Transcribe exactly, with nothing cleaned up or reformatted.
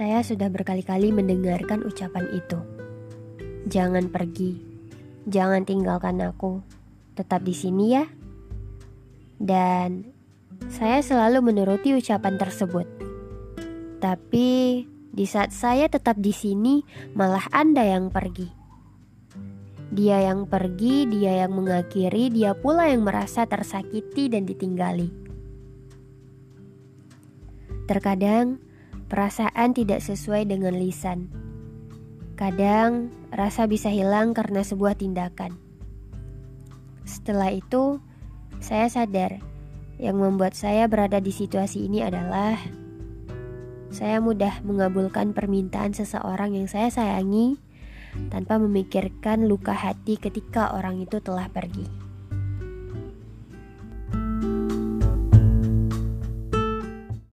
Saya sudah berkali-kali mendengarkan ucapan itu. Jangan pergi, jangan tinggalkan aku, tetap di sini ya. Dan saya selalu menuruti ucapan tersebut. Tapi di saat saya tetap di sini, malah Anda yang pergi. Dia yang pergi, dia yang mengakhiri, dia pula yang merasa tersakiti dan ditinggali. Terkadang perasaan tidak sesuai dengan lisan. Kadang rasa bisa hilang karena sebuah tindakan. Setelah itu, saya sadar yang membuat saya berada di situasi ini adalah saya mudah mengabulkan permintaan seseorang yang saya sayangi tanpa memikirkan luka hati ketika orang itu telah pergi.